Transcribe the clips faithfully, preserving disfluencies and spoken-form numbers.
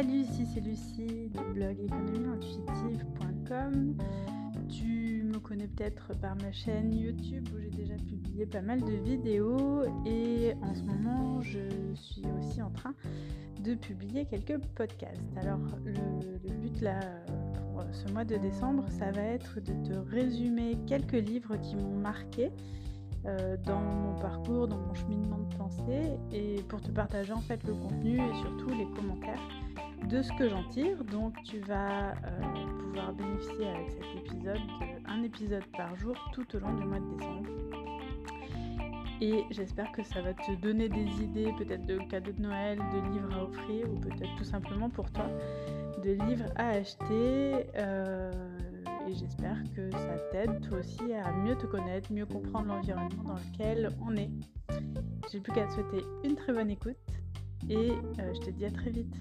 Salut, ici c'est Lucie du blog économie intuitive point com. Tu me connais peut-être par ma chaîne YouTube où j'ai déjà publié pas mal de vidéos et en ce moment je suis aussi en train de publier quelques podcasts. Alors le, le but là pour ce mois de décembre, ça va être de te résumer quelques livres qui m'ont marqué euh, dans mon parcours, dans mon cheminement de pensée et pour te partager en fait le contenu et surtout les commentaires de ce que j'en tire. Donc tu vas euh, pouvoir bénéficier avec cet épisode d'un épisode par jour tout au long du mois de décembre. Et j'espère que ça va te donner des idées, peut-être de cadeaux de Noël, de livres à offrir ou peut-être tout simplement pour toi, de livres à acheter. Euh, et j'espère que ça t'aide toi aussi à mieux te connaître, mieux comprendre l'environnement dans lequel on est. J'ai plus qu'à te souhaiter une très bonne écoute et euh, je te dis à très vite.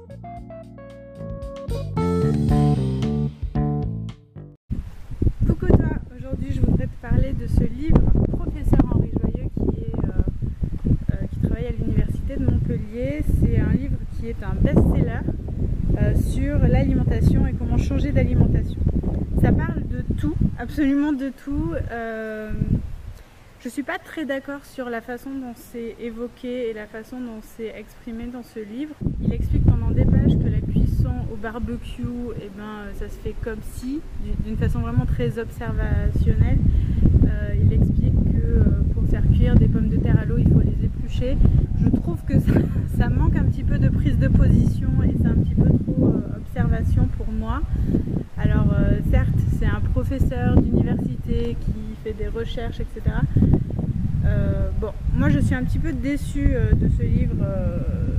Coucou toi, aujourd'hui je voudrais te parler de ce livre Professeur Henri Joyeux qui, est, euh, euh, qui travaille à l'université de Montpellier. C'est un livre qui est un best-seller euh, sur l'alimentation et comment changer d'alimentation. Ça parle de tout, absolument de tout. Euh, je ne suis pas très d'accord sur la façon dont c'est évoqué et la façon dont c'est exprimé dans ce livre. Il explique pendant des pages que la cuisson au barbecue, eh ben, ça se fait comme si, d'une façon vraiment très observationnelle. Euh, il explique que euh, pour faire cuire des pommes de terre à l'eau, il faut les éplucher. Je trouve que ça, ça manque un petit peu de prise de position et c'est un petit peu trop euh, observation pour moi. Alors euh, certes, c'est un professeur d'université qui fait des recherches, et cetera. Euh, bon, moi je suis un petit peu déçue euh, de ce livre. Euh,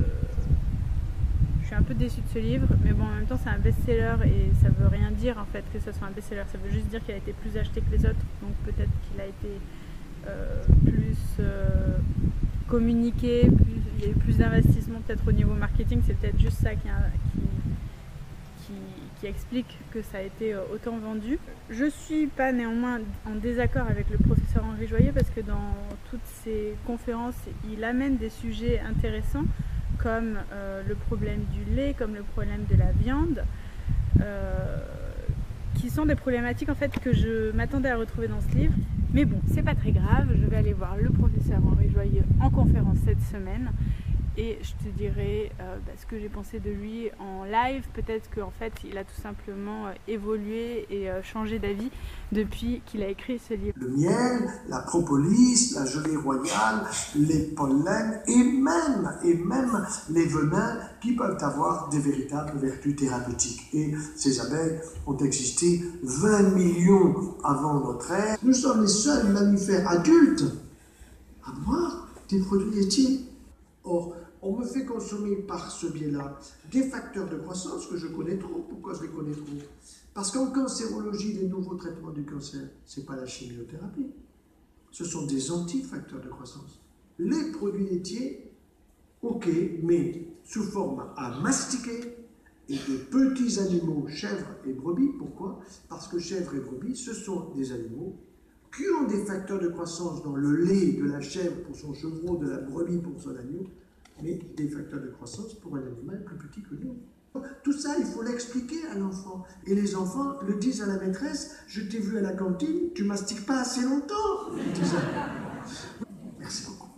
je suis un peu déçue de ce livre, mais bon, en même temps c'est un best-seller et ça veut rien dire en fait que ça soit un best-seller. Ça veut juste dire qu'il a été plus acheté que les autres, donc peut-être qu'il a été euh, plus euh, communiqué, plus, il y a eu plus d'investissement peut-être au niveau marketing. C'est peut-être juste ça qui, a, qui Qui, qui explique que ça a été autant vendu. Je suis pas néanmoins en désaccord avec le professeur Henri Joyeux parce que dans toutes ses conférences, il amène des sujets intéressants comme euh, le problème du lait, comme le problème de la viande, euh, qui sont des problématiques en fait que je m'attendais à retrouver dans ce livre. Mais bon, c'est pas très grave, je vais aller voir le professeur Henri Joyeux en conférence cette semaine. Et je te dirai euh, bah, ce que j'ai pensé de lui en live. Peut-être qu'en fait, il a tout simplement euh, évolué et euh, changé d'avis depuis qu'il a écrit ce livre. Le miel, la propolis, la gelée royale, les pollens et même, et même les venins qui peuvent avoir des véritables vertus thérapeutiques. Et ces abeilles ont existé vingt millions avant notre ère. Nous sommes les seuls mammifères adultes à boire des produits laitiers. Or, on me fait consommer par ce biais-là des facteurs de croissance que je connais trop. Pourquoi je les connais trop? Parce qu'en cancérologie, les nouveaux traitements du cancer, ce n'est pas la chimiothérapie. Ce sont des anti-facteurs de croissance. Les produits laitiers, ok, mais sous forme à mastiquer et de petits animaux, chèvres et brebis. Pourquoi? Parce que chèvres et brebis, ce sont des animaux qui ont des facteurs de croissance dans le lait de la chèvre pour son chevreau, de la brebis pour son agneau, mais des facteurs de croissance pour un animal plus petit que nous. Tout ça, il faut l'expliquer à l'enfant. Et les enfants le disent à la maîtresse, « Je t'ai vu à la cantine, tu mastiques pas assez longtemps !» Merci beaucoup.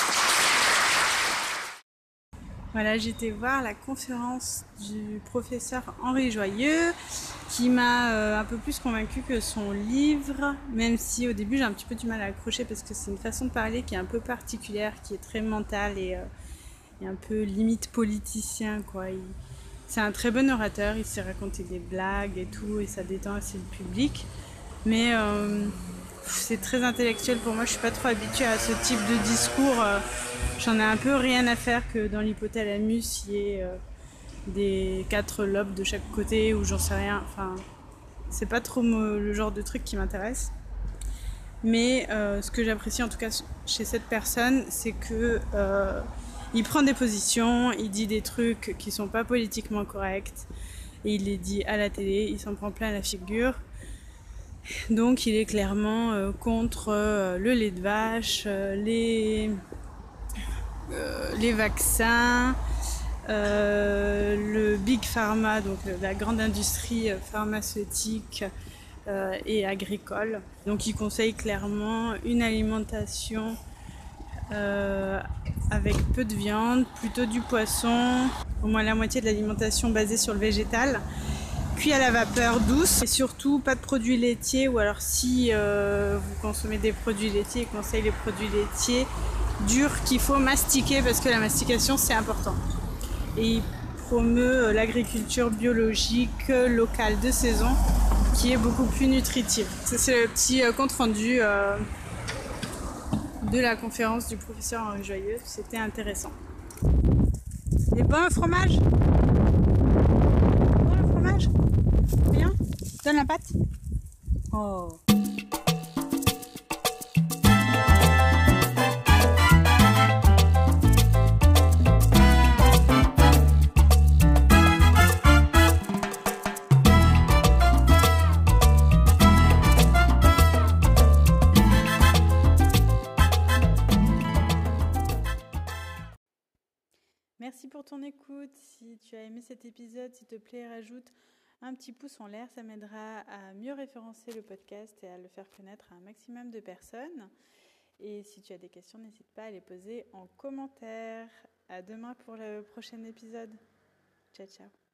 Voilà, j'étais voir la conférence du professeur Henri Joyeux qui m'a euh, un peu plus convaincue que son livre, même si au début j'ai un petit peu du mal à accrocher parce que c'est une façon de parler qui est un peu particulière, qui est très mentale et, euh, et un peu limite politicien, quoi. Il, c'est un très bon orateur, il sait raconter des blagues et tout et ça détend assez le public, mais euh, c'est très intellectuel pour moi, je suis pas trop habituée à ce type de discours. Euh, j'en ai un peu rien à faire que dans l'hypothalamus il y ait euh, des quatre lobes de chaque côté ou j'en sais rien, enfin c'est pas trop le genre de truc qui m'intéresse. Mais euh, ce que j'apprécie en tout cas chez cette personne, c'est que euh, il prend des positions, il dit des trucs qui sont pas politiquement corrects et il les dit à la télé, il s'en prend plein la figure. Donc il est clairement euh, contre euh, le lait de vache, euh, les, euh, les vaccins, euh, le Big Pharma, donc la grande industrie pharmaceutique euh, et agricole. Donc ils conseillent clairement une alimentation euh, avec peu de viande, plutôt du poisson, au moins la moitié de l'alimentation basée sur le végétal, cuit à la vapeur douce et surtout pas de produits laitiers, ou alors si euh, vous consommez des produits laitiers, ils conseillent les produits laitiers durs qu'il faut mastiquer parce que la mastication c'est important. Et il promeut l'agriculture biologique locale de saison qui est beaucoup plus nutritive. Ça c'est le petit compte rendu euh, de la conférence du professeur Henri Joyeux, c'était intéressant. Il est bon le fromage? Bon le fromage? Bien? Donne la pâte. Oh. Merci pour ton écoute. Si tu as aimé cet épisode, s'il te plaît, rajoute un petit pouce en l'air. Ça m'aidera à mieux référencer le podcast et à le faire connaître à un maximum de personnes. Et si tu as des questions, n'hésite pas à les poser en commentaire. À demain pour le prochain épisode. Ciao, ciao.